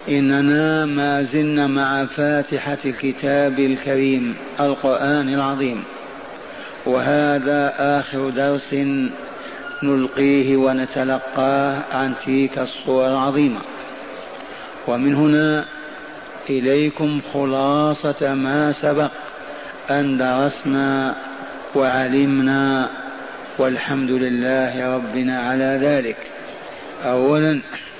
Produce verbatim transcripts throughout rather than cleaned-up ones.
إننا ما زلنا مع فاتحة الكتاب الكريم القرآن العظيم، وهذا آخر درس نلقيه ونتلقاه عن تلك الصورة العظيمة. ومن هنا إليكم خلاصة ما سبق أن درسنا وعلمنا، والحمد لله ربنا على ذلك. أولا،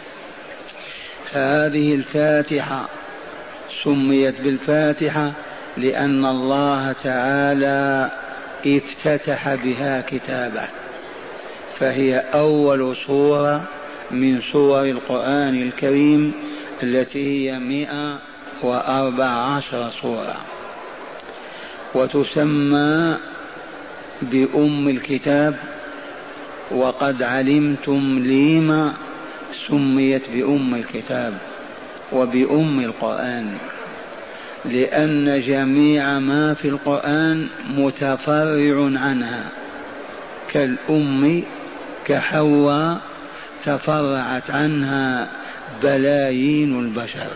هذه الفاتحة سميت بالفاتحة لأن الله تعالى افتتح بها كتابه، فهي أول سورة من سور القرآن الكريم التي هي مئة وأربع عشر سورة، وتسمى بأم الكتاب. وقد علمتم لما سميت بأم الكتاب وبأم القرآن، لأن جميع ما في القرآن متفرع عنها، كالأم كحواء تفرعت عنها بلايين البشر.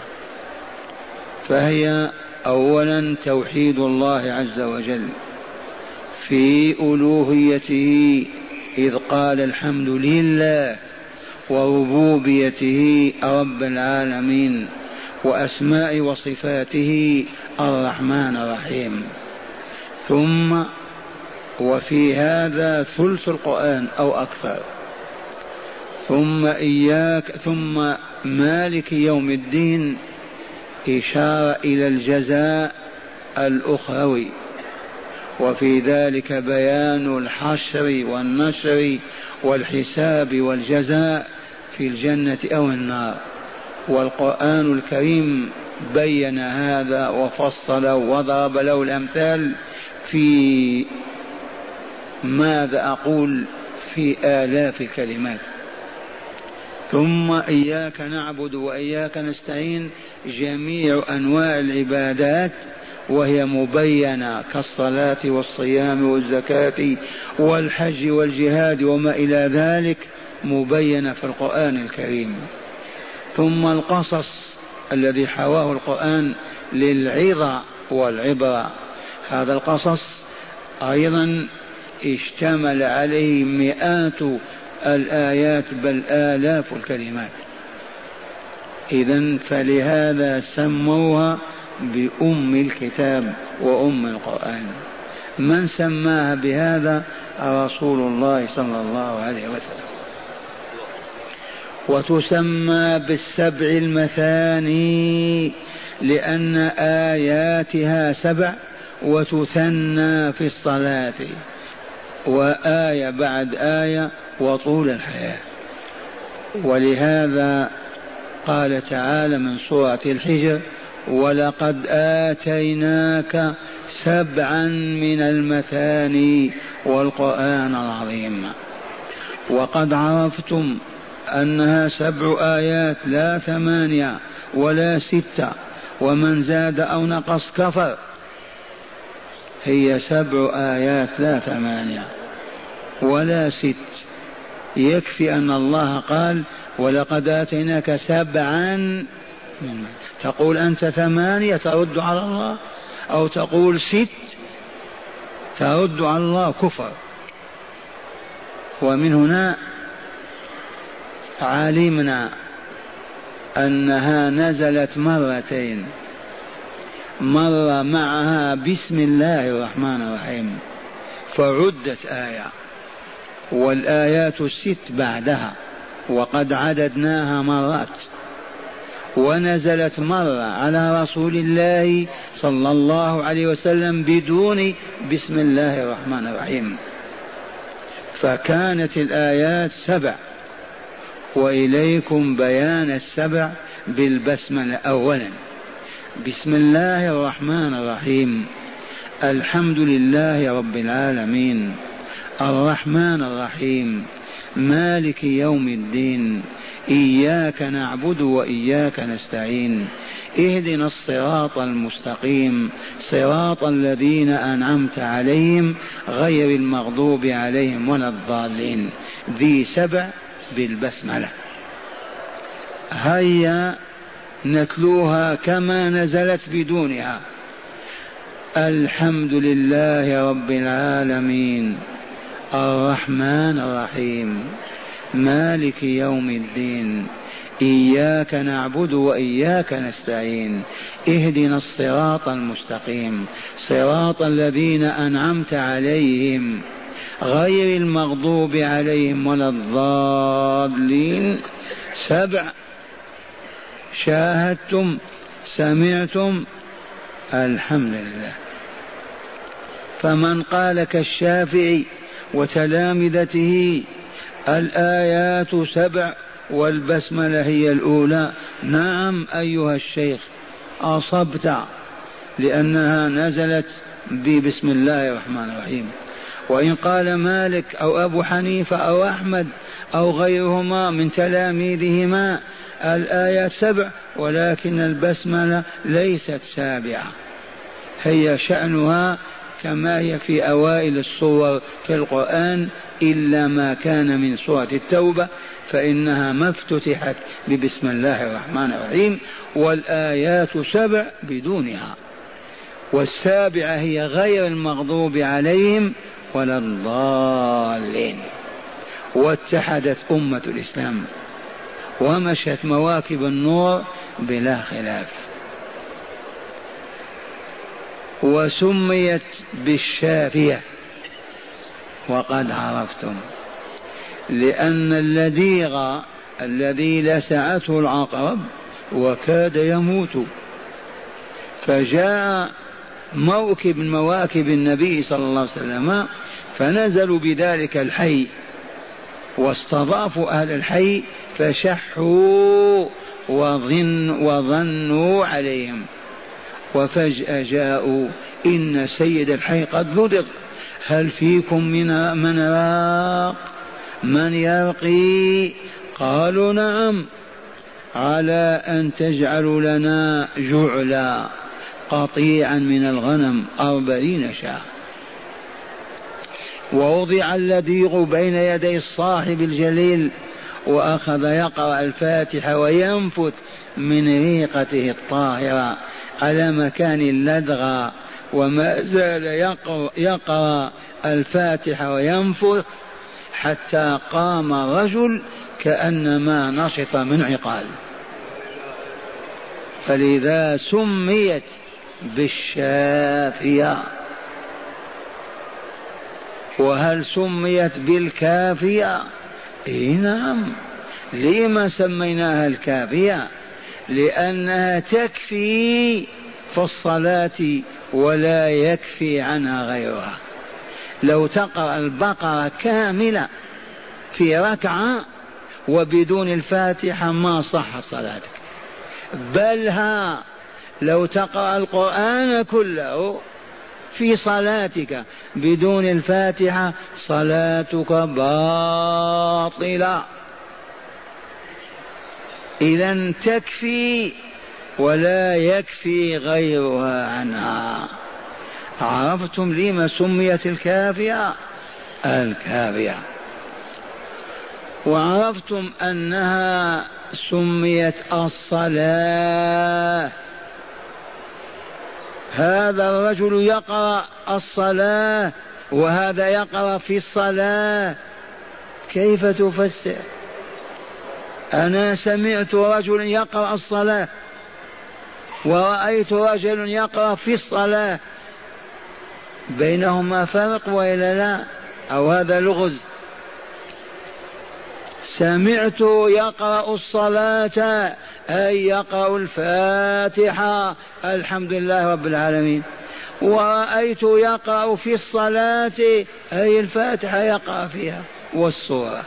فهي أولا توحيد الله عز وجل في ألوهيته، إذ قال الحمد لله، وربوبيته رب العالمين، وأسماء وصفاته الرحمن الرحيم. ثم وفي هذا ثلث القرآن أو أكثر. ثم إياك ثم مالك يوم الدين، إشارة إلى الجزاء الأخروي، وفي ذلك بيان الحشر والنشر والحساب والجزاء في الجنة أو النار. والقرآن الكريم بين هذا وفصل وضرب له الأمثال في ماذا أقول في آلاف الكلمات. ثم إياك نعبد وإياك نستعين، جميع أنواع العبادات وهي مبينة كالصلاة والصيام والزكاة والحج والجهاد وما إلى ذلك، مبينة في القرآن الكريم. ثم القصص الذي حواه القرآن للعظة والعبرة، هذا القصص أيضا اشتمل عليه مئات الآيات بل آلاف الكلمات. إذن فلهذا سموها بأم الكتاب وأم القرآن. من سماها بهذا؟ رسول الله صلى الله عليه وسلم. وتسمى بالسبع المثاني لأن آياتها سبع، وتثنى في الصلاة، وآية بعد آية وطول الحياة. ولهذا قال تعالى من سورة الحجر: ولقد آتيناك سبعا من المثاني والقرآن العظيم. وقد عرفتم أنها سبع آيات لا ثمانية ولا ستة، ومن زاد أو نقص كفر. هي سبع آيات لا ثمانية ولا ست. يكفي أن الله قال: ولقد آتيناك سبعا. تقول أنت ثمانية ترد على الله، أو تقول ست ترد على الله، كفر. ومن هنا علمنا أنها نزلت مرتين، مرة معها بسم الله الرحمن الرحيم فعدت آية، والآيات الست بعدها وقد عددناها مرات. ونزلت مرة على رسول الله صلى الله عليه وسلم بدون بسم الله الرحمن الرحيم، فكانت الآيات سبع. وإليكم بيان السبع بالبسملة. أولا، بسم الله الرحمن الرحيم، الحمد لله رب العالمين الرحمن الرحيم مالك يوم الدين، إياك نعبد وإياك نستعين، اهدنا الصراط المستقيم صراط الذين أنعمت عليهم غير المغضوب عليهم ولا الضالين. ذي سبع بالبسملة. هيا نتلوها كما نزلت بدونها. الحمد لله رب العالمين الرحمن الرحيم مالك يوم الدين إياك نعبد وإياك نستعين اهدنا الصراط المستقيم صراط الذين أنعمت عليهم غير المغضوب عليهم ولا الضالين. سبع. شاهدتم سمعتم الحمد لله. فمن قال كالشافعي وتلامذته الآيات سبع والبسملة هي الأولى، نعم أيها الشيخ أصبت، لأنها نزلت ببسم الله الرحمن الرحيم. وإن قال مالك أو أبو حنيفة أو أحمد أو غيرهما من تلاميذهما الآيات سبع، ولكن البسملة ليست سابعة، هي شأنها كما هي في أوائل السور في القرآن، إلا ما كان من سورة التوبة فإنها ما افتتحت ببسم الله الرحمن الرحيم، والآيات سبع بدونها، والسابعة هي غير المغضوب عليهم ولا الضالين. واتحدت أمة الإسلام ومشت مواكب النور بلا خلاف. وسميت بالشافية وقد عرفتم، لأن اللديغ الذي لسعته العقرب وكاد يموت، فجاء موكب من مواكب النبي صلى الله عليه وسلم فنزلوا بذلك الحي واستضافوا أهل الحي فشحوا وظن وظنوا عليهم، وفجأة جاءوا إن سيد الحي قد لدغ، هل فيكم من من راق من يرقي؟ قالوا نعم، على أن تجعلوا لنا جعلا قطيعا من الغنم أربعين شاة. ووضع اللديغ بين يدي الصاحب الجليل وأخذ يقرأ الفاتحة وينفث من ريقته الطاهرة على مكان اللدغة، وما زال يقرأ, يقرأ الفاتحة وينفث حتى قام رجل كأنما نشط من عقال. فلذا سميت بالشافية. وهل سميت بالكافية؟ إيه نعم. لما سميناها الكافية؟ لأنها تكفي في الصلاة ولا يكفي عنها غيرها. لو تقرأ البقرة كاملة في ركعة وبدون الفاتحة ما صح صلاتك، بل ها لو تقرأ القرآن كله في صلاتك بدون الفاتحة صلاتك باطلة. إذن تكفي ولا يكفي غيرها عنها. عرفتم لما سميت الكافية؟ الكافية. وعرفتم أنها سميت الصلاة. هذا الرجل يقرأ الصلاة وهذا يقرأ في الصلاة، كيف تفسر؟ أنا سمعت رجل يقرأ الصلاة ورأيت رجل يقرأ في الصلاة، بينهما فرق وإلا لا؟ أو هذا لغز؟ سمعت يقرأ الصلاة أي يقرأ الفاتحة الحمد لله رب العالمين، ورأيت يقرأ في الصلاة أي الفاتحة يقرأ فيها والسورة.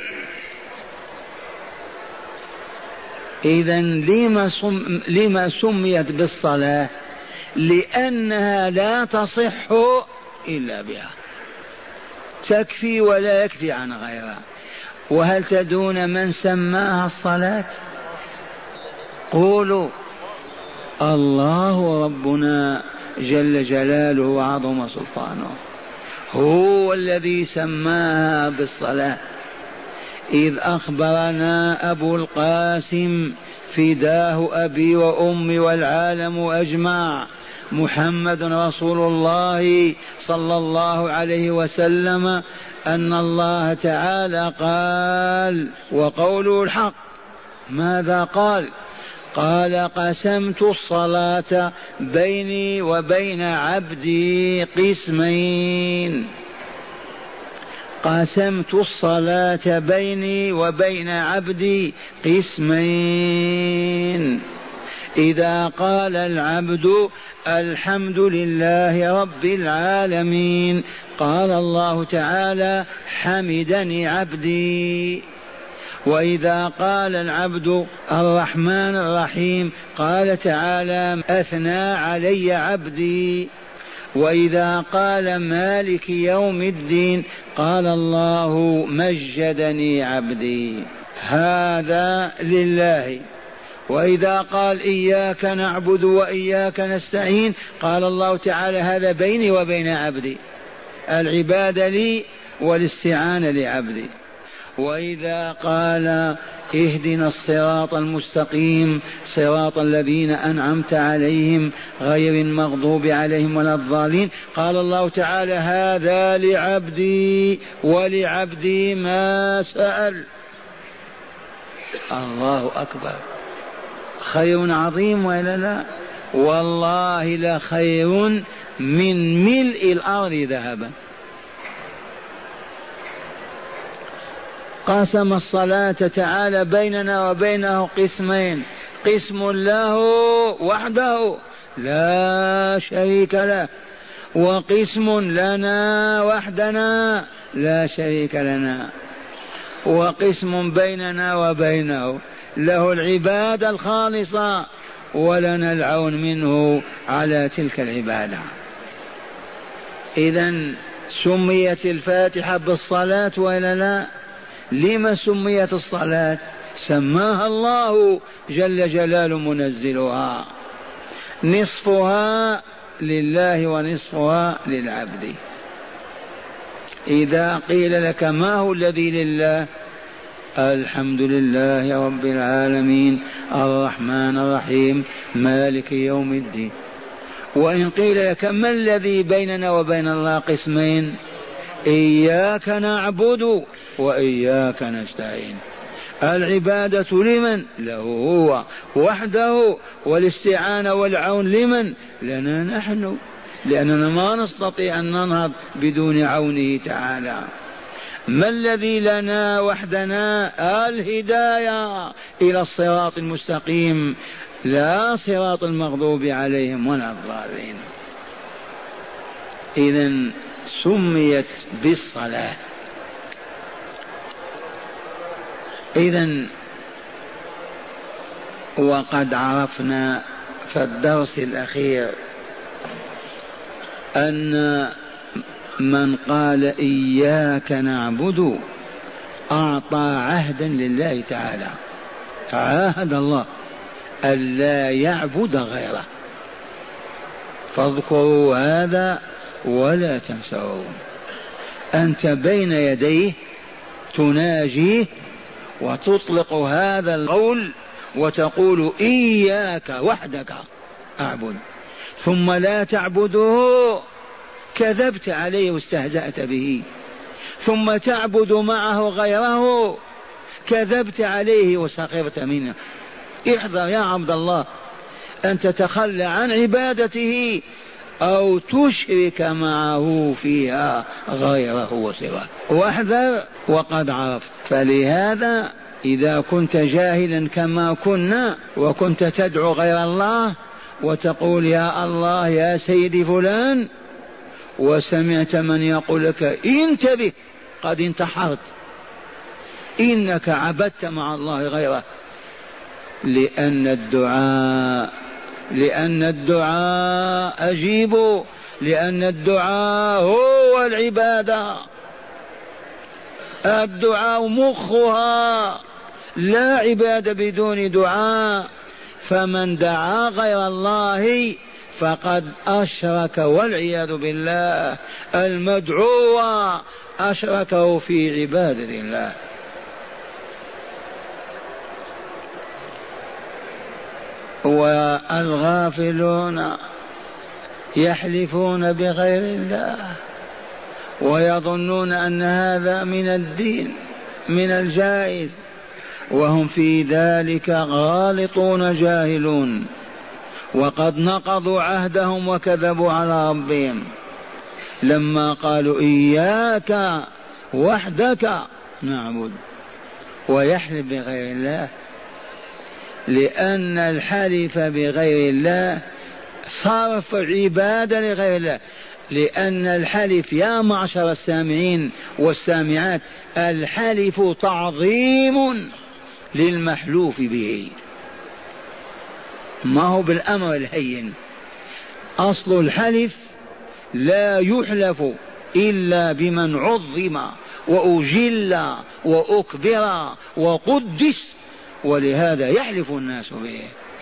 إذن لما, سم لما سميت بالصلاة؟ لأنها لا تصح إلا بها، تكفي ولا يكفي عن غيرها. وهل تدون من سماها الصلاة؟ قولوا الله ربنا جل جلاله وعظم سلطانه، هو الذي سماها بالصلاة، إذ أخبرنا أبو القاسم فداه أبي وأمي والعالم أجمع محمد رسول الله صلى الله عليه وسلم أن الله تعالى قال وقوله الحق. ماذا قال؟ قال قسمت الصلاة بيني وبين عبدي قسمين. قسمت الصلاة بيني وبين عبدي قسمين. إذا قال العبد الحمد لله رب العالمين قال الله تعالى حمدني عبدي. وإذا قال العبد الرحمن الرحيم قال تعالى أثنى علي عبدي. وإذا قال مالك يوم الدين قال الله مجدني عبدي. هذا لله. وإذا قال إياك نعبد وإياك نستعين قال الله تعالى هذا بيني وبين عبدي، العبادة لي والاستعانة لعبدي. وإذا قال اهدنا الصراط المستقيم صراط الذين أنعمت عليهم غير المغضوب عليهم ولا الضالين قال الله تعالى هذا لعبدي ولعبدي ما سأل. الله أكبر، خير عظيم ولا لا؟ والله لخير من ملء الأرض ذهبا. قسم الصلاة تعالى بيننا وبينه قسمين، قسم له وحده لا شريك له، وقسم لنا وحدنا لا شريك لنا، وقسم بيننا وبينه له العبادة الخالصة ولنا العون منه على تلك العبادة. إذن سميت الفاتحة بالصلاة ولا لا؟ لما سميت الصلاة؟ سماها الله جل جلاله منزلها، نصفها لله ونصفها للعبد. إذا قيل لك ما هو الذي لله؟ الحمد لله رب العالمين الرحمن الرحيم مالك يوم الدين. وإن قيل لك ما الذي بيننا وبين الله؟ قسمين، إياك نعبد وإياك نستعين. العبادة لمن؟ له هو وحده، والاستعانة والعون لمن؟ لنا نحن، لأننا ما نستطيع أن ننهض بدون عونه تعالى. ما الذي لنا وحدنا؟ الهداية إلى الصراط المستقيم، لا صراط المغضوب عليهم ولا الضالين. إذن سميت بالصلاة. إذن وقد عرفنا في الدرس الأخير أن من قال إياك نعبد أعطى عهدا لله تعالى، عاهد الله ألا يعبد غيره، فاذكروا هذا ولا تنسوا. أنت بين يديه تناجيه وتطلق هذا القول وتقول إياك وحدك أعبد، ثم لا تعبده كذبت عليه واستهزأت به، ثم تعبد معه غيره كذبت عليه وسخرت منه. احذر يا عبد الله أن تتخلى عن عبادته أو تشرك معه فيها غيره وسواه، واحذر وقد عرفت. فلهذا إذا كنت جاهلا كما كنا وكنت تدعو غير الله وتقول يا الله يا سيدي فلان، وسمعت من يقول لك انتبه قد انتحرت، إنك عبدت مع الله غيره، لأن الدعاء لأن الدعاء أجيبوا لأن الدعاء هو العبادة، الدعاء مخها، لا عبادة بدون دعاء. فمن دعا غير الله فقد أشرك والعياذ بالله، المدعو أشركه في عبادة الله. والغافلون يحلفون بغير الله ويظنون أن هذا من الدين من الجائز، وهم في ذلك غالطون جاهلون، وقد نقضوا عهدهم وكذبوا على ربهم لما قالوا إياك وحدك نعبد ويحلف بغير الله، لأن الحلف بغير الله صرف عبادة لغير الله، لأن الحلف يا معشر السامعين والسامعات الحلف تعظيم للمحلوف به، ما هو بالأمر الهين. أصل الحلف لا يحلف إلا بمن عظم وأجل وأكبر وقدس، ولهذا يحلف الناس به.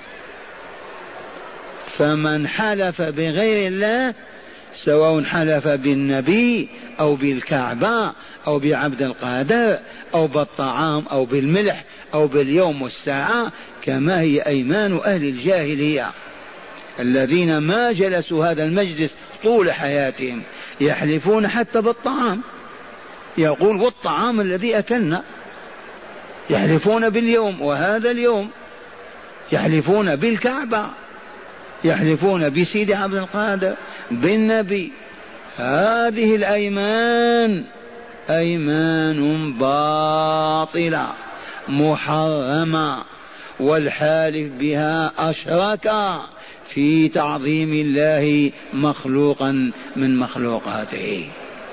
فمن حلف بغير الله سواء حلف بالنبي أو بالكعبة أو بعبد القادر أو بالطعام أو بالملح أو باليوم والساعة، كما هي أيمان أهل الجاهلية الذين ما جلسوا هذا المجلس طول حياتهم، يحلفون حتى بالطعام، يقول والطعام الذي أكلنا، يحلفون باليوم وهذا اليوم، يحلفون بالكعبة، يحلفون بسيد عبد القادر، بالنبي. هذه الأيمان أيمان باطلة محرمة، والحالف بها أشرك في تعظيم الله مخلوقا من مخلوقاته.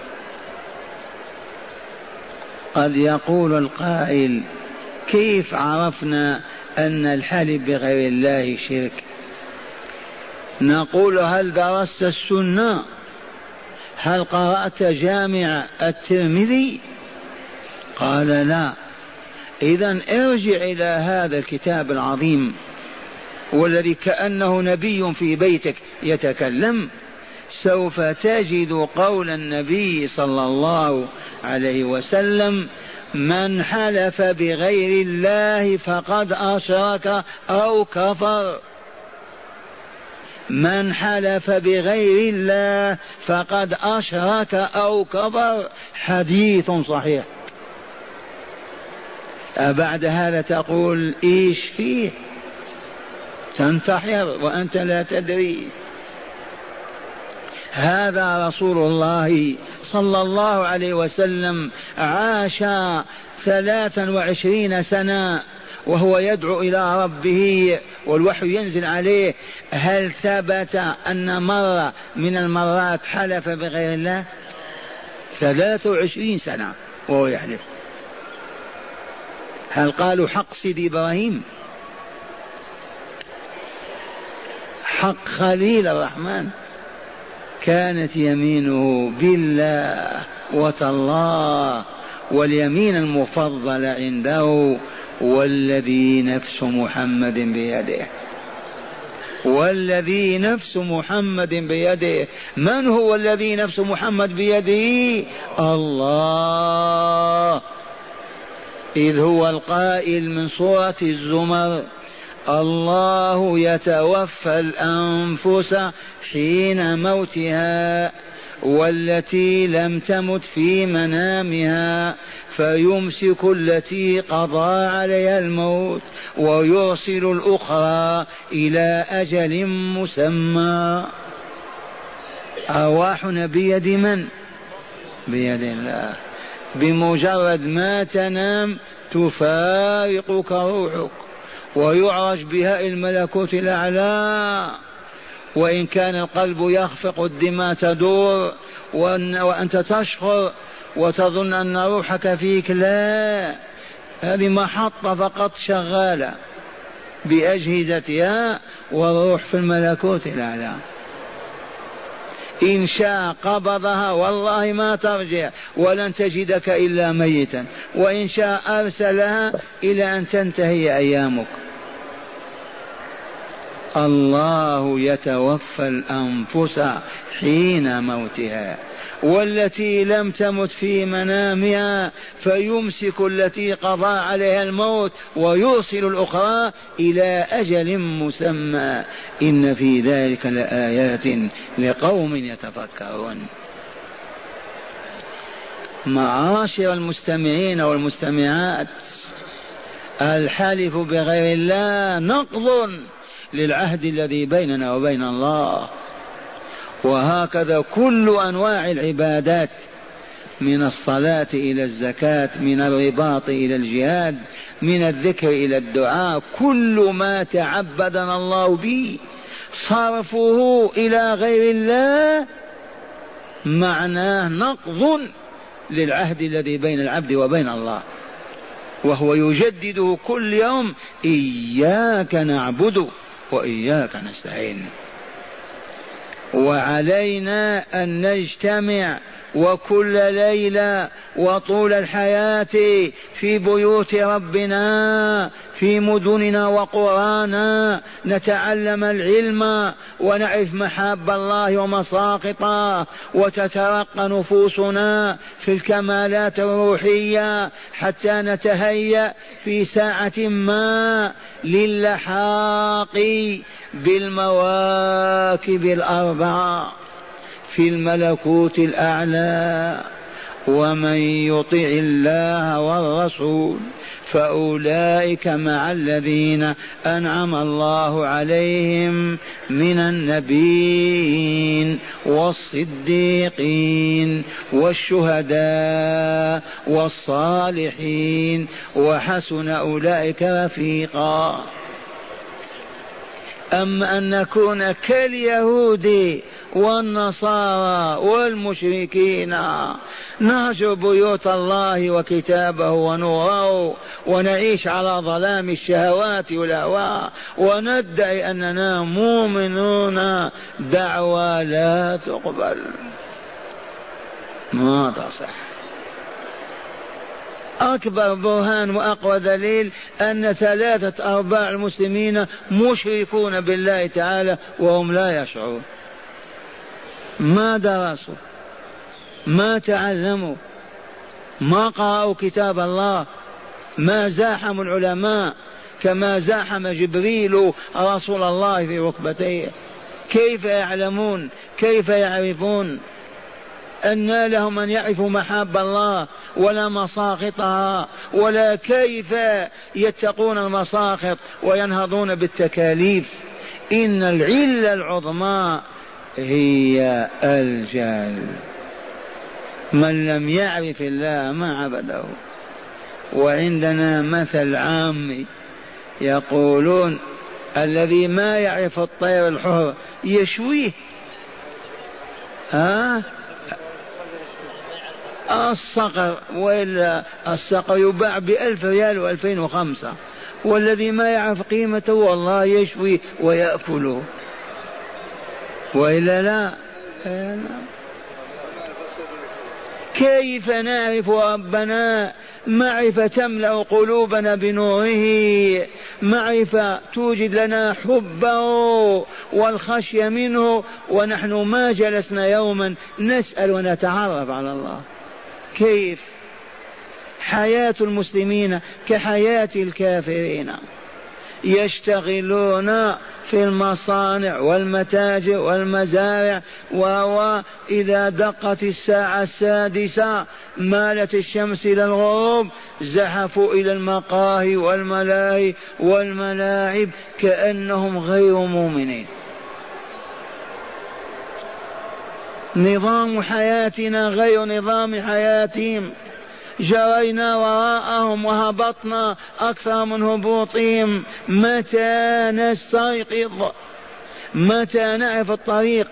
قد يقول القائل كيف عرفنا أن الحلف بغير الله شرك؟ نقول هل درست السنة؟ هل قرأت جامع الترمذي؟ قال لا. إذن ارجع إلى هذا الكتاب العظيم والذي كأنه نبي في بيتك يتكلم، سوف تجد قول النبي صلى الله عليه وسلم: من حلف بغير الله فقد أشرك أو كفر. من حلف بغير الله فقد أشرك أو كفر، حديث صحيح. أبعد هذا تقول إيش فيه؟ تنتحر وأنت لا تدري. هذا رسول الله صلى الله عليه وسلم عاش ثلاثا وعشرين سنة وهو يدعو إلى ربه والوحي ينزل عليه. هل ثبت أن مرة من المرات حلف بغير الله؟ ثلاث وعشرين سنة وهو يحلف. هل قالوا حق سيدي إبراهيم، حق خليل الرحمن؟ كانت يمينه بالله وتالله، واليمين المفضل عنده والذي نفس محمد بيده، والذي نفس محمد بيده. من هو الذي نفس محمد بيده؟ الله، إذ هو القائل من سورة الزمر: الله يتوفى الأنفس حين موتها والتي لم تمت في منامها فيمسك التي قضى عليها الموت ويرسل الأخرى إلى أجل مسمى. أرواحنا بيد من؟ بيد الله. بمجرد ما تنام تفارقك روحك ويعرج بها الملكوت الأعلى، وإن كان القلب يخفق الدماء تدور وأنت تشعر وتظن أن روحك فيك، لا، هذه محطة فقط شغالة بأجهزتها والروح في الملكوت الأعلى. إن شاء قبضها والله ما ترجع ولن تجدك إلا ميتا، وإن شاء أرسلها إلى أن تنتهي أيامك. الله يتوفى الأنفس حين موتها والتي لم تمت في منامها فيمسك التي قضى عليها الموت ويرسل الأخرى إلى أجل مسمى. إن في ذلك لآيات لقوم يتفكرون. معاشر المستمعين والمستمعات، الحلف بغير الله نقض للعهد الذي بيننا وبين الله. وهكذا كل أنواع العبادات، من الصلاة إلى الزكاة، من الرباط إلى الجهاد، من الذكر إلى الدعاء، كل ما تعبدنا الله به صرفه إلى غير الله معناه نقض للعهد الذي بين العبد وبين الله، وهو يجدده كل يوم: إياك نعبد وإياك نستعين. وعلينا أن نجتمع وكل ليلة وطول الحياة في بيوت ربنا في مدننا وقرانا نتعلم العلم ونعرف محاب الله ومساقطه، وتترقى نفوسنا في الكمالات الروحية حتى نتهيأ في ساعة ما للحاق بالمواكب الأربعة في الملكوت الأعلى. ومن يطع الله والرسول فأولئك مع الذين أنعم الله عليهم من النبيين والصديقين والشهداء والصالحين وحسن أولئك رفيقا. أما أن نكون كاليهود والنصارى والمشركين نهجر بيوت الله وكتابه ونوره ونعيش على ظلام الشهوات والأهواء وندعي أننا مؤمنون، دعوى لا تقبل، ما تصح. أكبر برهان وأقوى دليل أن ثلاثة أرباع المسلمين مشركون بالله تعالى وهم لا يشعرون، ما درسوا، ما تعلموا، ما قرأوا كتاب الله، ما زاحموا العلماء كما زاحم جبريل رسول الله في ركبتيه. كيف يعلمون؟ كيف يعرفون؟ أن لهم أن يعرفوا محاب الله ولا مساخطها، ولا كيف يتقون المساخط وينهضون بالتكاليف. إن العلة العظمى هي الجهل. من لم يعرف الله ما عبده. وعندنا مثل عامي يقولون: الذي ما يعرف الطير الحر يشويه. ها الصقر، وإلا الصقر يباع بألف ريال وألفين وخمسة، والذي ما يعرف قيمته والله يشوي ويأكله، وإلا لا. كيف نعرف ربنا؟ معرفة تملأ قلوبنا بنوره، معرفة توجد لنا حبه والخشية منه، ونحن ما جلسنا يوما نسأل ونتعرف على الله. كيف؟ حياة المسلمين كحياة الكافرين، يشتغلون في المصانع والمتاجر والمزارع، وإذا دقت الساعة السادسة مالت الشمس إلى الغروب زحفوا إلى المقاهي والملاهي والملاعب كأنهم غير مؤمنين. نظام حياتنا غير نظام حياتهم، جرينا وراءهم وهبطنا أكثر من هبوطهم. متى نستيقظ؟ متى نعرف الطريق؟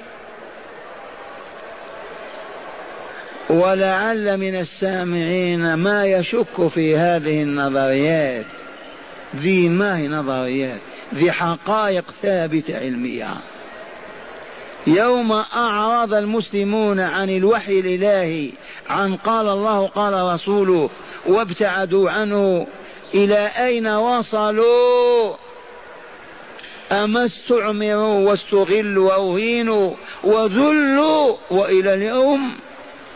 ولعل من السامعين ما يشك في هذه النظريات. ذي ما هي نظريات؟ ذي حقائق ثابتة علمية. يوم أعرض المسلمون عن الوحي الإلهي، عن قال الله قال رسوله، وابتعدوا عنه، إلى أين وصلوا؟ أما استعمروا واستغلوا وأهينوا وذلوا، وإلى اليوم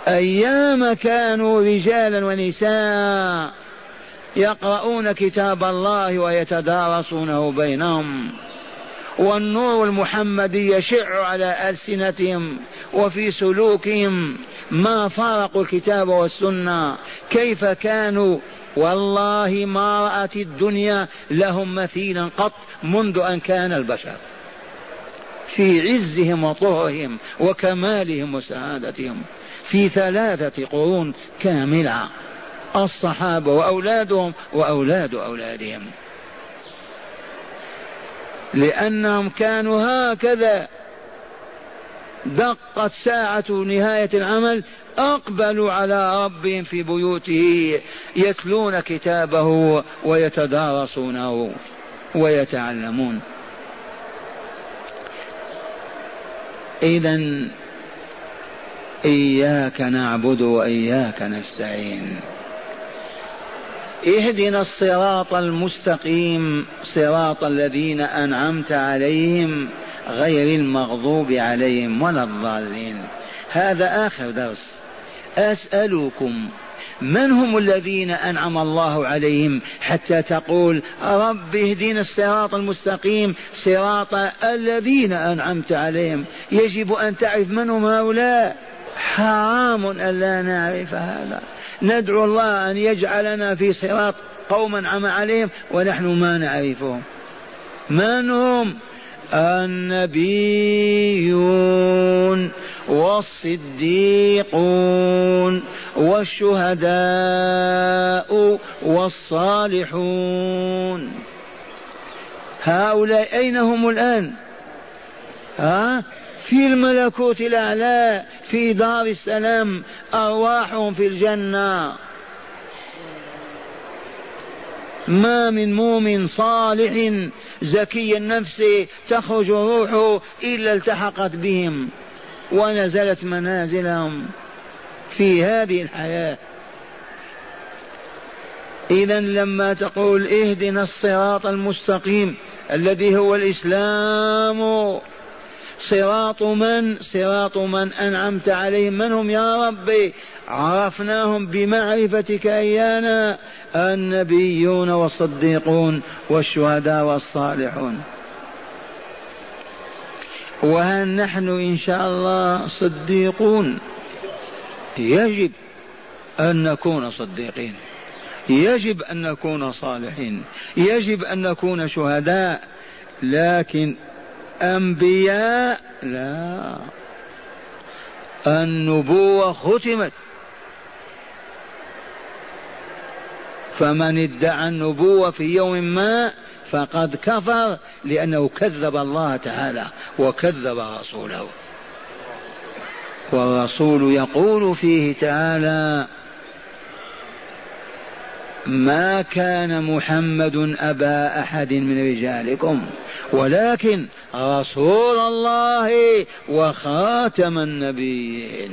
أيام كانوا رجالا ونساء يقرؤون كتاب الله ويتدارسونه بينهم، والنور المحمدي يشع على ألسنتهم وفي سلوكهم، ما فارقوا الكتاب والسنة. كيف كانوا؟ والله ما رأت الدنيا لهم مثيلا قط منذ أن كان البشر، في عزهم وطهرهم وكمالهم وسعادتهم، في ثلاثة قرون كاملة، الصحابة وأولادهم وأولاد أولادهم، لأنهم كانوا هكذا. دقت ساعة نهاية العمل أقبلوا على ربهم في بيوته يتلون كتابه ويتدارسونه ويتعلمون. إذن إياك نعبد وإياك نستعين. اهدنا الصراط المستقيم صراط الذين أنعمت عليهم غير المغضوب عليهم ولا الضالين. هذا آخر درس. أسألكم من هم الذين أنعم الله عليهم حتى تقول رب اهدنا الصراط المستقيم صراط الذين أنعمت عليهم؟ يجب أن تعرف من هم هؤلاء. حرام أن لا نعرف هذا. ندعو الله أن يجعلنا في صراط قوما أنعم عليهم ونحن ما نعرفهم. من هم؟ النبيون والصديقون والشهداء والصالحون. هؤلاء أين هم الآن؟ ها؟ في الملكوت الأعلى، في دار السلام، أرواحهم في الجنة. ما من مؤمن صالح زكي النفس تخرج روحه إلا التحقت بهم ونزلت منازلهم في هذه الحياة. إذن لما تقول اهدنا الصراط المستقيم الذي هو الإسلام، صراط من؟ صراط من أنعمت عليهم. من هم يا ربي؟ عرفناهم بمعرفتك إيانا، النبيون والصديقون والشهداء والصالحون. وهل نحن إن شاء الله صديقون؟ يجب أن نكون صديقين، يجب أن نكون صالحين، يجب أن نكون شهداء، لكن أنبياء لا. النبوة ختمت، فمن ادعى النبوة في يوم ما فقد كفر، لأنه كذب الله تعالى وكذب رسوله. والرسول يقول فيه تعالى ما كان محمد أبا أحد من رجالكم ولكن رسول الله وخاتم النبيين.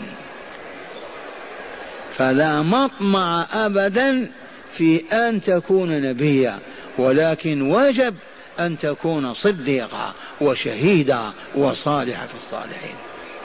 فلا مطمع أبدا في أن تكون نبيا، ولكن وجب أن تكون صديقا وشهيدا وصالحا في الصالحين.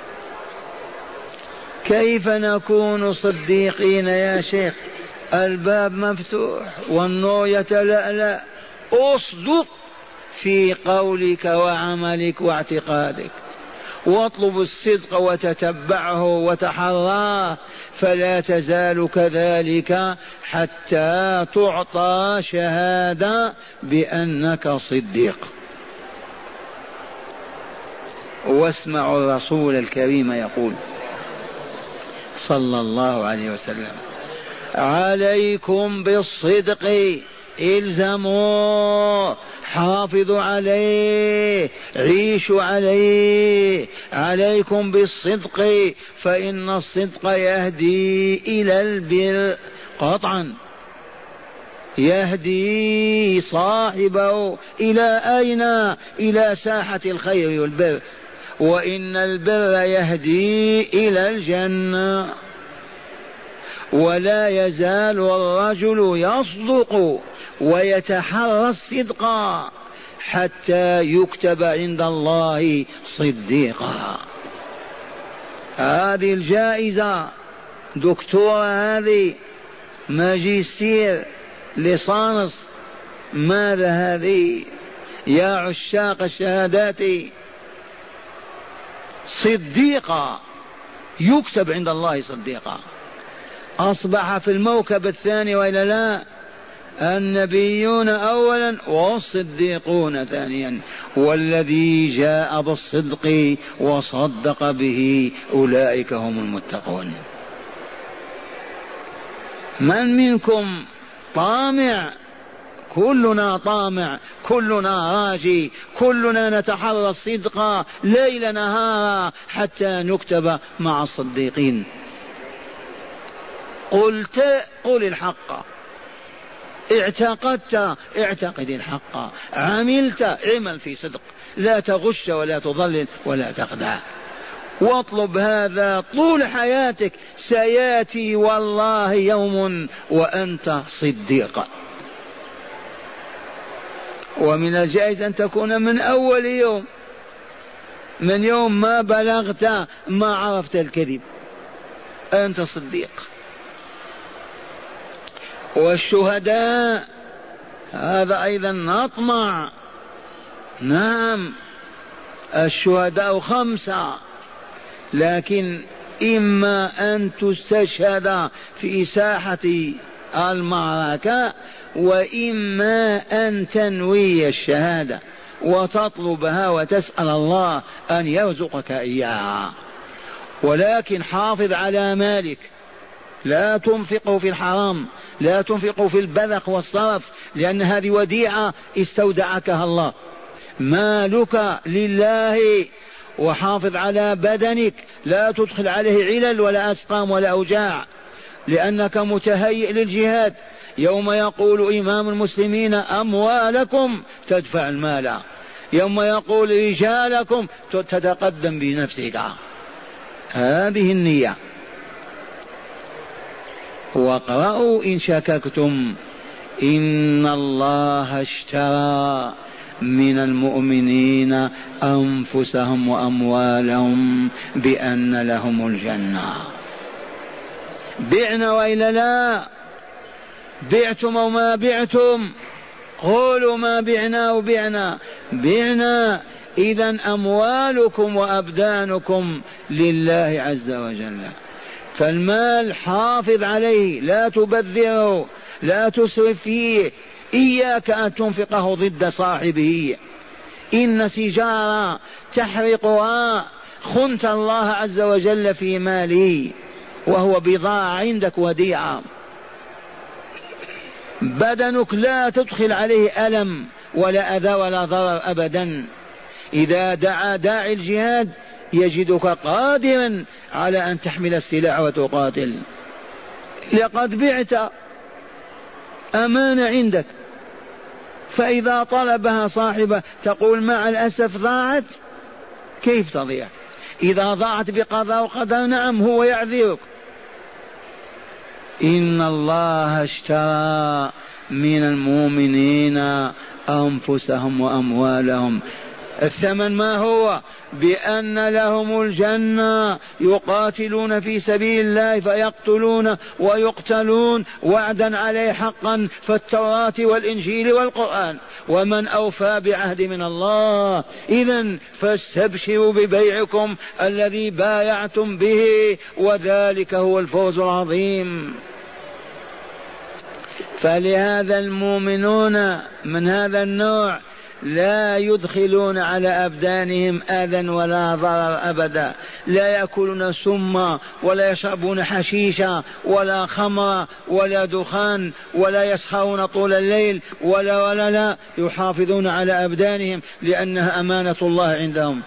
كيف نكون صديقين يا شيخ؟ الباب مفتوح والنور يتلألأ. اصدق في قولك وعملك واعتقادك، واطلب الصدق وتتبعه وتحراه، فلا تزال كذلك حتى تعطى شهادة بأنك صديق. واسمعوا الرسول الكريم يقول صلى الله عليه وسلم عليكم بالصدق، الزموا، حافظوا عليه، عيشوا عليه. عليكم بالصدق فإن الصدق يهدي إلى البر قطعا، يهدي صاحبه إلى أين؟ إلى ساحة الخير والبر. وإن البر يهدي إلى الجنة. ولا يزال الرجل يصدق ويتحرى الصدق حتى يكتب عند الله صديقا. هذه الجائزة دكتورة هذه، ماجستير، ليسانس، ماذا هذه؟ يا عشاق الشهادات، صديقة يكتب عند الله صديقة. أصبح في الموكب الثاني وإلا لا؟ النبيون أولا والصديقون ثانيا، والذي جاء بالصدق وصدق به أولئك هم المتقون. من منكم طامع؟ كلنا طامع، كلنا راجي، كلنا نتحرى الصدق ليل نهارا حتى نكتب مع الصديقين. قلت قل الحق، اعتقدت اعتقد الحق، عملت اعمل في صدق، لا تغش ولا تضلل ولا تخدع، واطلب هذا طول حياتك. سياتي والله يوم وأنت صديق، ومن الجائز أن تكون من أول يوم، من يوم ما بلغت ما عرفت الكذب أنت صديق. والشهداء هذا أيضا نطمع. نعم الشهداء خمسة، لكن إما أن تستشهد في ساحة المعركة، وإما أن تنوي الشهادة وتطلبها وتسأل الله أن يرزقك إياها. ولكن حافظ على مالك، لا تنفقه في الحرام، لا تنفقه في البذخ والصرف، لأن هذه وديعة استودعكها الله. مالك لله. وحافظ على بدنك، لا تدخل عليه علل ولا أسقام ولا أوجاع، لأنك متهيئ للجهاد. يوم يقول إمام المسلمين أموالكم تدفع المال، يوم يقول رجالكم تتقدم بنفسك. هذه النية. واقرأوا إن شككتم إن الله اشترى من المؤمنين أنفسهم وأموالهم بأن لهم الجنة. بعنا وإلا لا؟ بعتم أو ما بعتم؟ قولوا ما بعنا وبعنا. بعنا. إذن أموالكم وأبدانكم لله عز وجل. فالمال حافظ عليه، لا تبذره، لا تسرف فيه. إياك أن تنفقه ضد صاحبه. إن سجارة تحرقها خنت الله عز وجل في ماله، وهو بضاعة عندك وديعة. بدنك لا تدخل عليه ألم ولا أذى ولا ضرر أبدا. إذا دعا داعي الجهاد يجدك قادرا على أن تحمل السلاح وتقاتل. لقد بعت أمانة عندك، فإذا طلبها صاحبه تقول مع الأسف ضاعت. كيف تضيع؟ إذا ضاعت بقضاء وقدر نعم هو يعذرك. إن الله اشترى من المؤمنين أنفسهم وأموالهم. الثمن ما هو؟ بأن لهم الجنة، يقاتلون في سبيل الله فيقتلون ويقتلون وعدا عليه حقا في التوراة والإنجيل والقرآن، ومن أوفى بعهد من الله. إذن فاستبشروا ببيعكم الذي بايعتم به، وذلك هو الفوز العظيم. فلهذا المؤمنون من هذا النوع لا يدخلون على أبدانهم أذى ولا ضرر أبدا، لا يأكلون سما ولا يشربون حشيشا ولا خمر ولا دخان ولا يسهرون طول الليل ولا ولا لا، يحافظون على أبدانهم لأنها أمانة الله عندهم.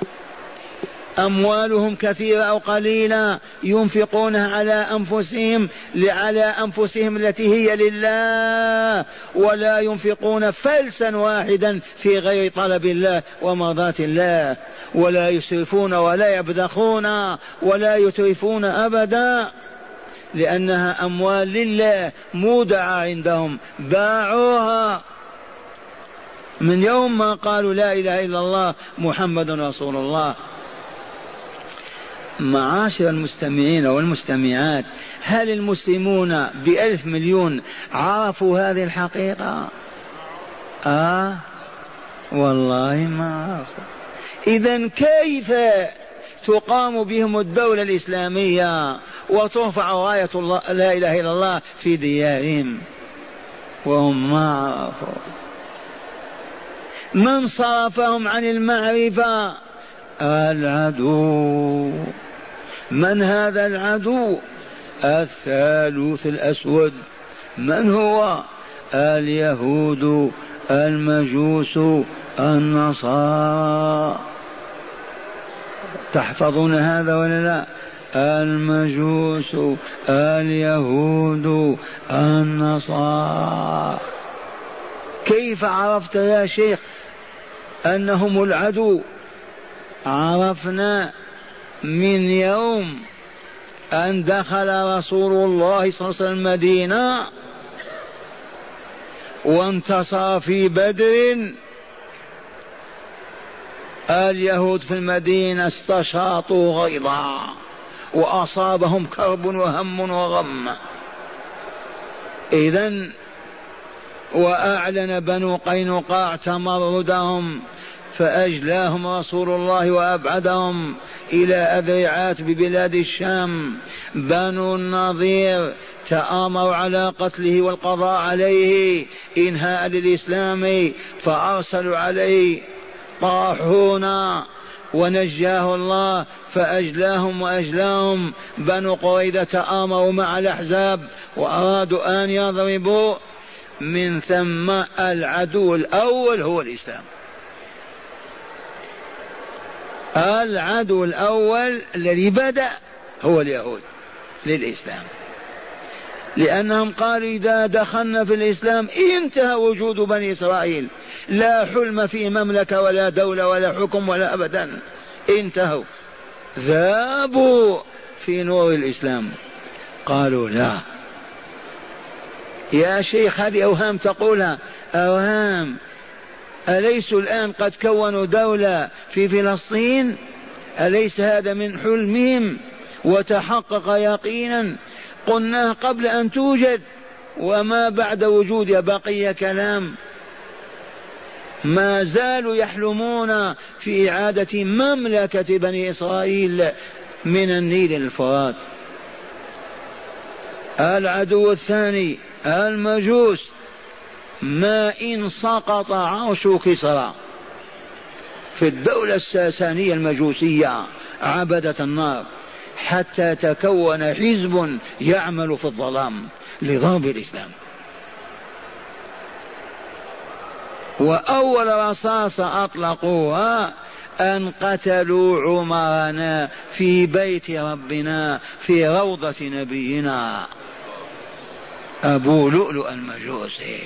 أموالهم كثيرة أو قليلة ينفقونها على أنفسهم على أنفسهم التي هي لله، ولا ينفقون فلسا واحدا في غير طلب الله ومرضاة الله، ولا يسرفون ولا يبذخون ولا يترفون أبدا، لأنها أموال لله مودعة عندهم، باعوها من يوم ما قالوا لا إله إلا الله محمد رسول الله. معاشر المستمعين والمستمعات، هل المسلمون بألف مليون عرفوا هذه الحقيقة؟ آه والله ما عرفوا. إذن كيف تقام بهم الدولة الإسلامية وترفع راية الله لا إله إلا الله في ديارهم وهم ما عرفوا؟ من صرفهم عن المعرفة؟ العدو. من هذا العدو؟ الثالوث الأسود. من هو؟ اليهود، المجوس، النصارى. تحفظون هذا ولا لا؟ المجوس، اليهود، النصارى. كيف عرفت يا شيخ أنهم العدو؟ عرفنا من يوم أن دخل رسول الله صلى الله عليه وسلم المدينة وانتصر في بدر. اليهود في المدينة استشاطوا غيظا وأصابهم كرب وهم وغم. إذن وأعلن بنو قينقاع تمردهم فأجلاهم رسول الله وأبعدهم إلى أذرعات ببلاد الشام. بنو النضير تآمروا على قتله والقضاء عليه إنهاء للإسلام، فأرسلوا عليه طاحون ونجاه الله فأجلاهم وأجلاهم. بنو قريظة تآمروا مع الأحزاب وأرادوا أن يضربوا. من ثم العدو الأول هو الإسلام. العدو الأول الذي بدأ هو اليهود للإسلام، لأنهم قالوا إذا دخلنا في الإسلام انتهى وجود بني إسرائيل، لا حلم في مملكة ولا دولة ولا حكم ولا أبدا، انتهوا، ذابوا في نور الإسلام. قالوا لا يا شيخ هذه أوهام تقولها، أوهام. أليسوا الآن قد كونوا دولة في فلسطين؟ أليس هذا من حلمهم وتحقق يقينا؟ قلناه قبل أن توجد، وما بعد وجودها بقي كلام. ما زالوا يحلمون في إعادة مملكة بني إسرائيل من النيل للفرات. العدو الثاني المجوس. ما إن سقط عرش كسرى في الدولة الساسانية المجوسية عبدة النار حتى تكون حزب يعمل في الظلام لضرب الإسلام. وأول رصاصة أطلقوها أن قتلوا عمرنا في بيت ربنا في روضة نبينا أبو لؤلؤ المجوسي.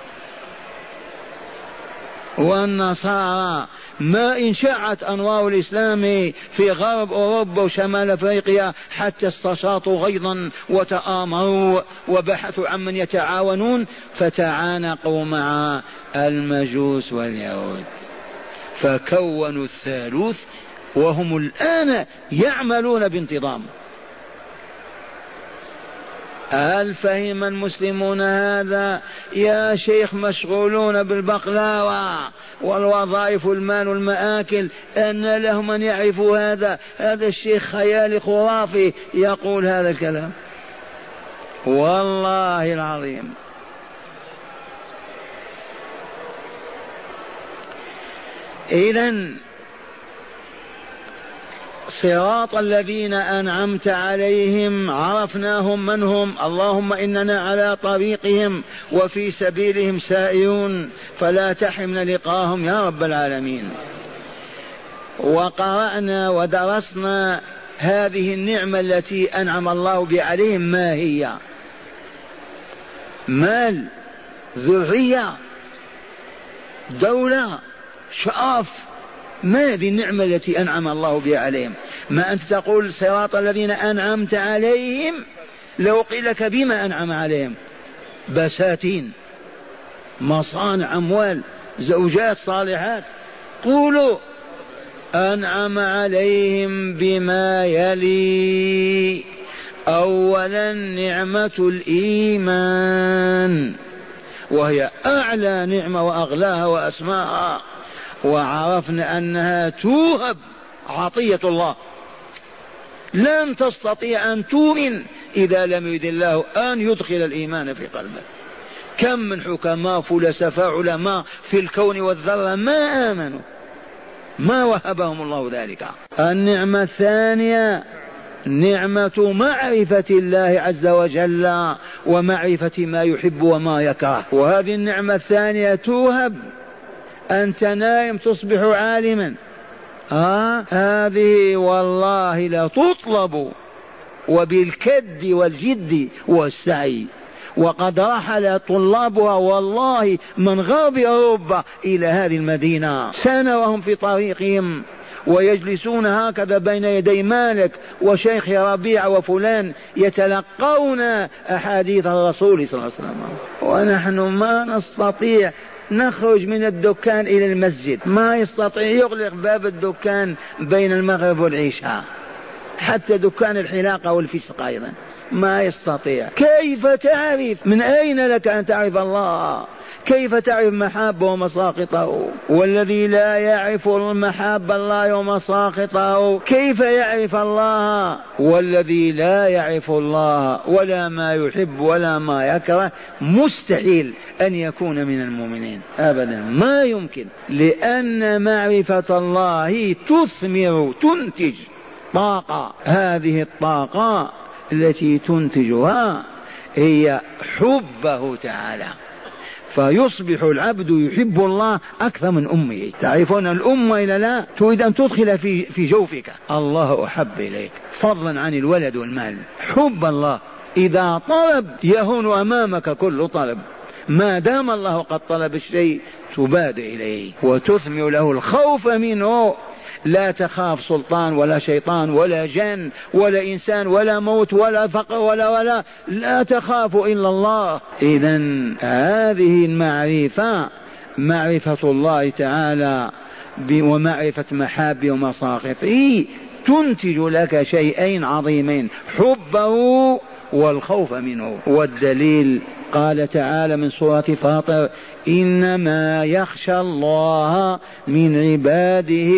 والنصارى ما إن شعت أنوار الإسلام في غرب أوروبا وشمال أفريقيا حتى استشاطوا غيظا وتآمروا وبحثوا عن من يتعاونون فتعانقوا مع المجوس واليهود فكونوا الثالوث، وهم الآن يعملون بانتظام. هل فهم المسلمون هذا؟ يا شيخ مشغولون بالبقلاوة والوظائف والمال والمآكل، أن لهم أن يعرفوا هذا؟ هذا الشيخ خيالي خرافي يقول هذا الكلام والله العظيم. إذن صراط الذين أنعمت عليهم عرفناهم من هم، اللهم إننا على طريقهم وفي سبيلهم سائرون فلا تحرمنا لقاهم يا رب العالمين. وقرأنا ودرسنا هذه النعمة التي أنعم الله بها عليهم. ما هي؟ مال، ذرية، دولة، شرف. ما هذه النعمة التي أنعم الله بها عليهم؟ ما أنت تقول صراط الذين أنعمت عليهم، لو قيل لك بما أنعم عليهم؟ بساتين، مصانع، أموال، زوجات صالحات. قولوا أنعم عليهم بما يلي: أولا نعمة الإيمان، وهي أعلى نعمة وأغلاها وأسماها، وعرفنا أنها توهب، عطية الله، لن تستطيع أن تؤمن إذا لم يرد الله أن يدخل الإيمان في قلبك. كم من حكماء فلسفاء علماء في الكون والذرة ما آمنوا، ما وهبهم الله ذلك. النعمة الثانية نعمة معرفة الله عز وجل ومعرفة ما يحب وما يكره، وهذه النعمة الثانية توهب. أنت نائم تصبح عالما، آه هذه والله لا تطلب، وبالكد والجد والسعي. وقد رحل طلابها والله من غرب أوروبا إلى هذه المدينة سنة وهم في طريقهم، ويجلسون هكذا بين يدي مالك وشيخ ربيع وفلان يتلقون أحاديث الرسول صلى الله عليه وسلم، ونحن ما نستطيع نخرج من الدكان إلى المسجد، ما يستطيع يغلق باب الدكان بين المغرب والعشاء، حتى دكان الحلاقة والفسق أيضا ما يستطيع. كيف تعرف؟ من أين لك أن تعرف الله؟ كيف تعرف محابه ومساقطه؟ والذي لا يعرف المحاب الله ومساقطه كيف يعرف الله؟ والذي لا يعرف الله ولا ما يحب ولا ما يكره مستحيل أن يكون من المؤمنين أبدا، ما يمكن، لأن معرفة الله تثمر تنتج طاقة. هذه الطاقة التي تنتجها هي حبه تعالى، فيصبح العبد يحب الله أكثر من أمه. تعرفون الأم إلى لا تريد أن تدخل في, في جوفك الله أحب إليك فضلا عن الولد والمال. حب الله إذا طلب يهون أمامك كل طلب، ما دام الله قد طلب الشيء تبادر إليه وتثمر له الخوف منه. لا تخاف سلطان ولا شيطان ولا جن ولا إنسان ولا موت ولا فقر ولا ولا لا تخاف إلا الله. إذن هذه المعرفة معرفة الله تعالى ومعرفة محابه ومساقطه تنتج لك شيئين عظيمين: حبه والخوف منه. والدليل قال تعالى من سورة فاطر: إنما يخشى الله من عباده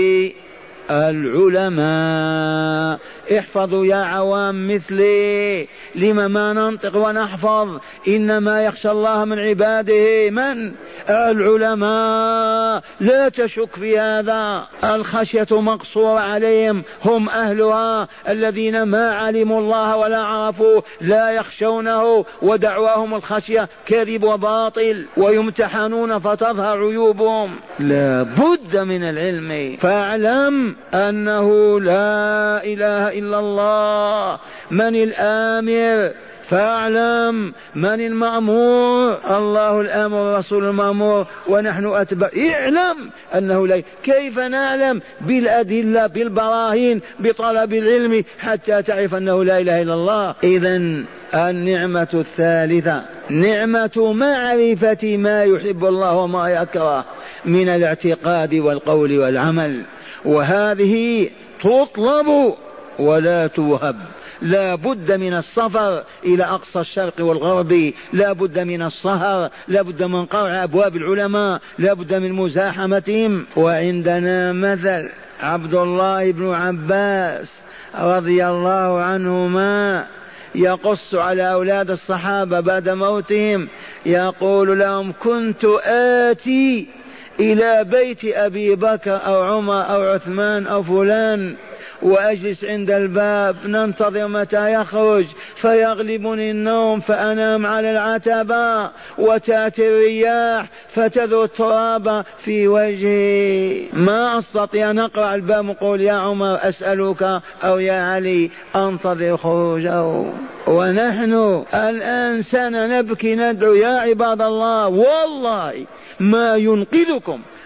العلماء. احفظوا يا عوام مثلي، لما ما ننطق ونحفظ؟ إنما يخشى الله من عباده من؟ العلماء. لا تشك في هذا، الخشية مقصورة عليهم، هم أهلها الذين ما علموا الله ولا عرفوا لا يخشونه، ودعواهم الخشية كذب وباطل، ويمتحنون فتظهر عيوبهم. لا بد من العلم، فاعلم أنه لا إله إلا الله. من الآمر؟ فاعلم من المأمور؟ الله الآمر رسول المأمور ونحن أتبع. اعلم أنه لا. كيف نعلم؟ بالأدلة بالبراهين بطلب العلم حتى تعرف أنه لا إله إلا الله. إذن النعمة الثالثة نعمة معرفة ما يحب الله وما يكره من الاعتقاد والقول والعمل، وهذه تطلب ولا توهب. لا بد من السفر إلى أقصى الشرق والغرب، لا بد من السهر، لا بد من قرع أبواب العلماء، لا بد من مزاحمتهم. وعندنا مثل عبد الله بن عباس رضي الله عنهما يقص على أولاد الصحابة بعد موتهم، يقول لهم: كنت آتي إلى بيت أبي بكر أو عمر أو عثمان أو فلان وأجلس عند الباب ننتظر متى يخرج، فيغلبني النوم فأنام على العتبة، وتأتي الرياح فتذو التراب في وجهي، ما أستطيع أن أقرع الباب وقول يا عمر أسألك أو يا علي، أنتظر خروجه. ونحن الآن سنة نبكي ندعو يا عباد الله، والله ما ينقذكم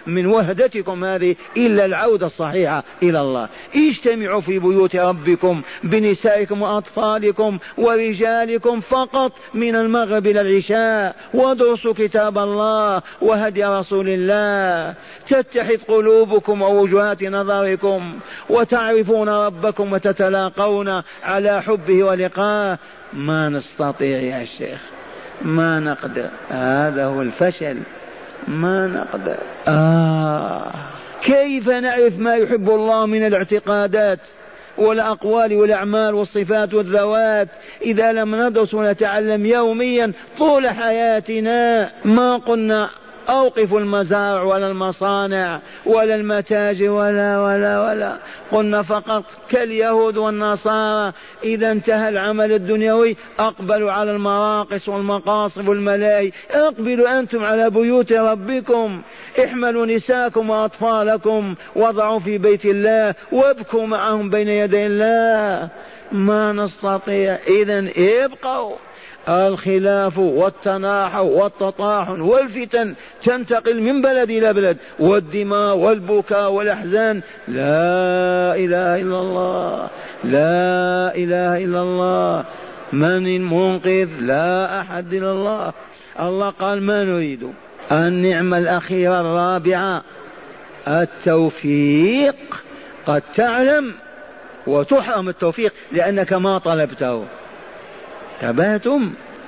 من وهدتكم هذه إلا العودة الصحيحة إلى الله. اجتمعوا في بيوت ربكم بنسائكم وأطفالكم ورجالكم فقط من المغرب إلى العشاء، ودرسوا كتاب الله وهدي رسول الله، تتحد قلوبكم ووجهات نظركم، وتعرفون ربكم وتتلاقون على حبه ولقاه. ما نستطيع يا شيخ، ما نقدر، هذا هو الفشل، ما نقدر. آه كيف نعرف ما يحب الله من الاعتقادات والأقوال والأعمال والصفات والذوات إذا لم ندرس ونتعلم يوميا طول حياتنا؟ ما قلنا أوقفوا المزارع ولا المصانع ولا المتاجر ولا ولا ولا، قلنا فقط كاليهود والنصارى إذا انتهى العمل الدنيوي أقبلوا على المراقص والمقاصب والملاهي. اقبلوا أنتم على بيوت ربكم، احملوا نساءكم وأطفالكم وضعوا في بيت الله وابكوا معهم بين يدي الله. ما نستطيع. إذن ابقوا. الخلاف والتناحر والتطاحن والفتن تنتقل من بلد إلى بلد، والدماء والبكاء والأحزان. لا إله إلا الله، لا إله إلا الله. من المنقذ؟ لا أحد إلا الله. الله قال ما نريد. النعمة الأخيرة الرابعة التوفيق. قد تعلم وتحرم التوفيق لأنك ما طلبته. تبهتم؟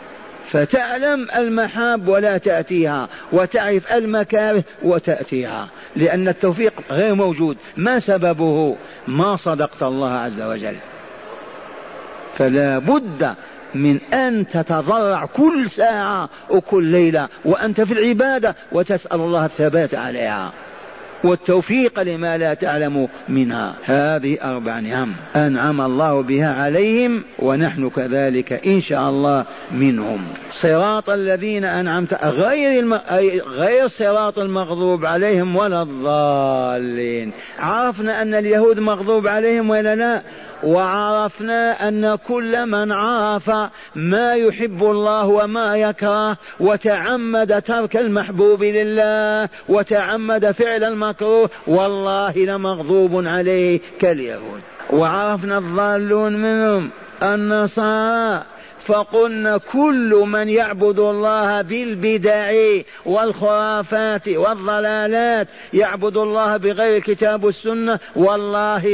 فتعلم المحاب ولا تأتيها، وتعرف المكاره وتأتيها، لأن التوفيق غير موجود. ما سببه؟ ما صدقت الله عز وجل. فلا بد من أن تتضرع كل ساعة وكل ليلة وأنت في العبادة وتسأل الله الثبات عليها والتوفيق لما لا تعلم منها. هذه أربع نعم أنعم الله بها عليهم ونحن كذلك إن شاء الله منهم. صراط الذين أنعمت غير, الم... غير صراط المغضوب عليهم ولا الضالين. عرفنا أن اليهود مغضوب عليهم ولا لا؟ وعرفنا أن كل من عرف ما يحب الله وما يكره وتعمد ترك المحبوب لله وتعمد فعل المكروه والله لمغضوب عليه كاليهود. وعرفنا الضالون منهم النصارى، فقلنا كل من يعبد الله بالبدع والخرافات والضلالات، يعبد الله بغير الكتاب والسنة، والله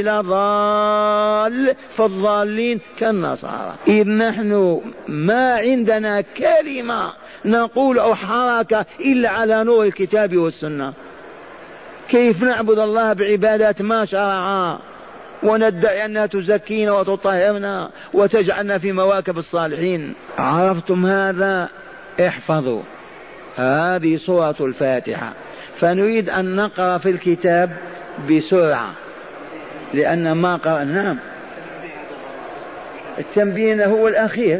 لضال. فالضالين كالنصارى. إذ نحن ما عندنا كلمة نقول أو حركة إلا على نور الكتاب والسنة. كيف نعبد الله بعبادات ما شرعها وندعي أنها تزكينا وتطهرنا وتجعلنا في مواكب الصالحين؟ عرفتم هذا؟ احفظوا هذه سورة الفاتحة. فنريد أن نقرأ في الكتاب بسرعة لأن ما قرأ. نعم التنبيه هو الأخير.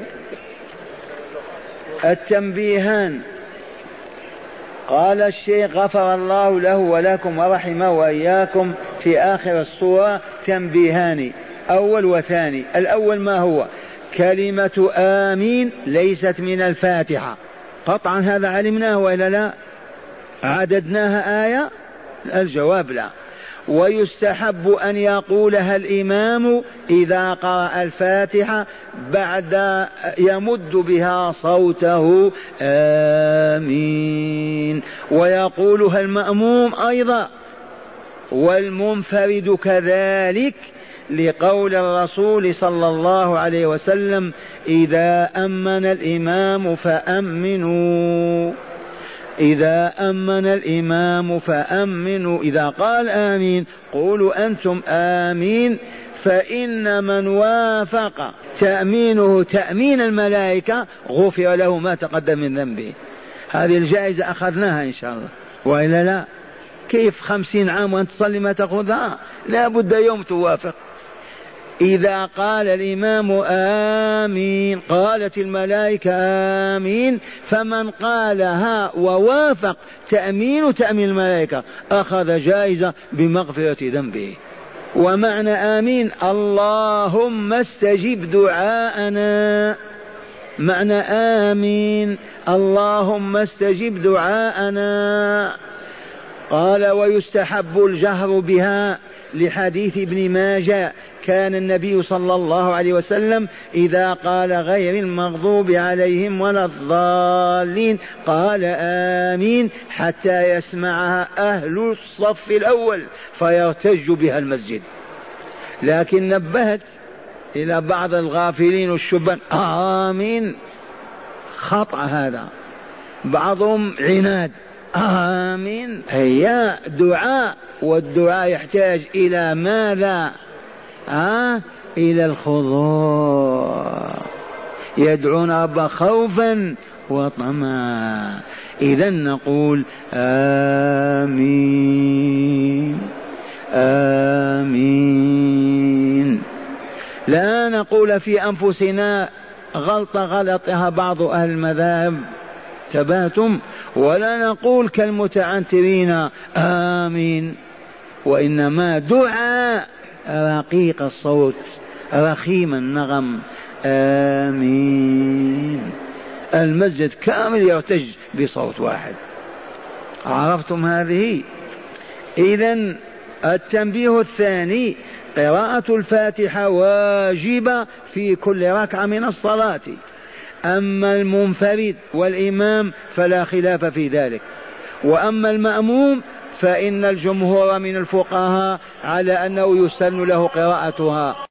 التنبيهان قال الشيخ غفر الله له ولكم ورحمه وإياكم في آخر السورة تنبيهان أول وثاني. الأول ما هو؟ كلمة آمين ليست من الفاتحة قطعا، هذا علمناه وإلا لا؟ عددناها آية؟ الجواب لا. ويستحب أن يقولها الإمام إذا قرأ الفاتحة بعد يمد بها صوته آمين، ويقولها المأموم أيضا والمنفرد كذلك، لقول الرسول صلى الله عليه وسلم إذا أمن الإمام فأمنوا، إذا أمن الإمام فأمنوا، إذا قال آمين قولوا أنتم آمين. فإن من وافق تأمينه تأمين الملائكة غفر له ما تقدم من ذنبه. هذه الجائزة أخذناها إن شاء الله وإلا لا؟ كيف خمسين عام وأنت تصلي ما تأخذها؟ لا بد يوم توافق. إذا قال الإمام آمين قالت الملائكة آمين، فمن قالها ووافق تأمين تأمين الملائكة أخذ جائزة بمغفرة ذنبه. ومعنى آمين اللهم استجب دعاءنا، معنى آمين اللهم استجب دعاءنا. قال ويستحب الجهر بها لحديث ابن ماجه كان النبي صلى الله عليه وسلم إذا قال غير المغضوب عليهم ولا الضالين قال آمين حتى يسمعها أهل الصف الأول فيرتج بها المسجد. لكن نبهت إلى بعض الغافلين والشبان آمين خطأ هذا، بعضهم عناد آمين هي دعاء، والدعاء يحتاج إلى ماذا؟ آه إلى الخضوع، يدعون رب خوفا وطمعا. إذا نقول آمين آمين، لا نقول في أنفسنا غلطة غلطها بعض أهل المذاهب تباتم، ولا نقول كالمتعنترين آمين، وإنما دعاء رقيق الصوت رخيم النغم آمين. المسجد كامل يرتج بصوت واحد. عرفتم هذه؟ إذن التنبيه الثاني قراءة الفاتحة واجبة في كل ركعة من الصلاة، أما المنفرد والإمام فلا خلاف في ذلك، وأما المأموم فإن الجمهور من الفقهاء على أنه يسن له قراءتها.